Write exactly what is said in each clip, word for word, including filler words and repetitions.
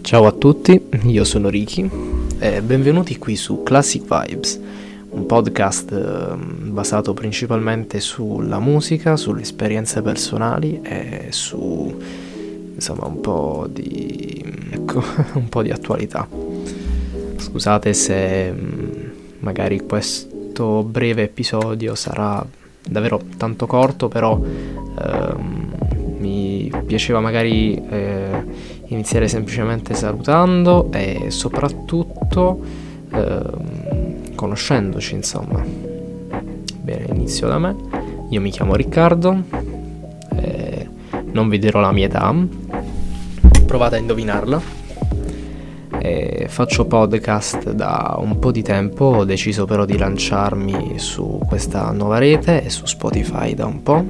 Ciao a tutti, io sono Ricky e benvenuti qui su Classic Vibes, un podcast eh, basato principalmente sulla musica, sulle esperienze personali e su, insomma, un po' di, ecco, un po' di attualità. Scusate se mh, magari questo breve episodio sarà davvero tanto corto, però ehm, mi piaceva magari eh, iniziare semplicemente salutando e soprattutto ehm, conoscendoci, insomma. Bene, inizio da me. Io mi chiamo Riccardo, eh, non vi dirò la mia età, provate a indovinarla. E faccio podcast da un po' di tempo, ho deciso però di lanciarmi su questa nuova rete e su Spotify da un po'.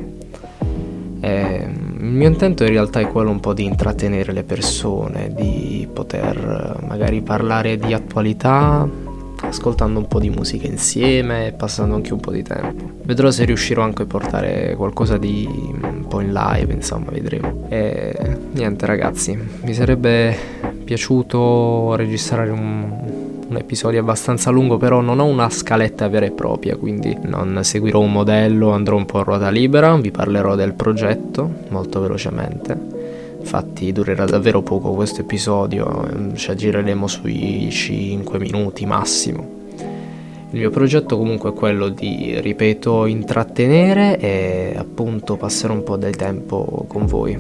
E il mio intento in realtà è quello un po' di intrattenere le persone, di poter magari parlare di attualità, ascoltando un po' di musica insieme e passando anche un po' di tempo. Vedrò se riuscirò anche a portare qualcosa di un po' in live, insomma, vedremo. E niente ragazzi, mi sarebbe piaciuto registrare un, un episodio abbastanza lungo, però non ho una scaletta vera e propria, quindi non seguirò un modello, andrò un po' a ruota libera, vi parlerò del progetto molto velocemente. Infatti durerà davvero poco questo episodio, ci aggireremo sui cinque minuti massimo. Il mio progetto comunque è quello di, ripeto, intrattenere e appunto passare un po' del tempo con voi.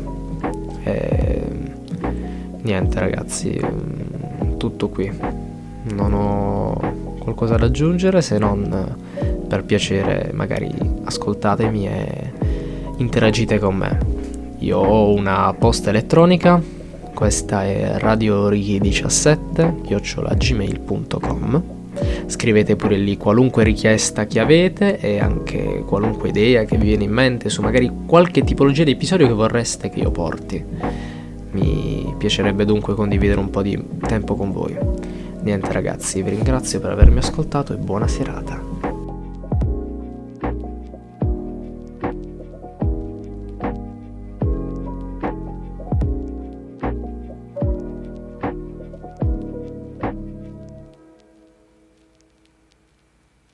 E niente ragazzi, tutto qui. Non ho qualcosa da aggiungere, se non per piacere magari ascoltatemi e interagite con me. Io ho una posta elettronica, questa è radio ricky diciassette chiocciola gmail punto com. Scrivete pure lì qualunque richiesta che avete e anche qualunque idea che vi viene in mente su magari qualche tipologia di episodio che vorreste che io porti. Mi piacerebbe dunque condividere un po' di tempo con voi. Niente ragazzi, vi ringrazio per avermi ascoltato e buona serata.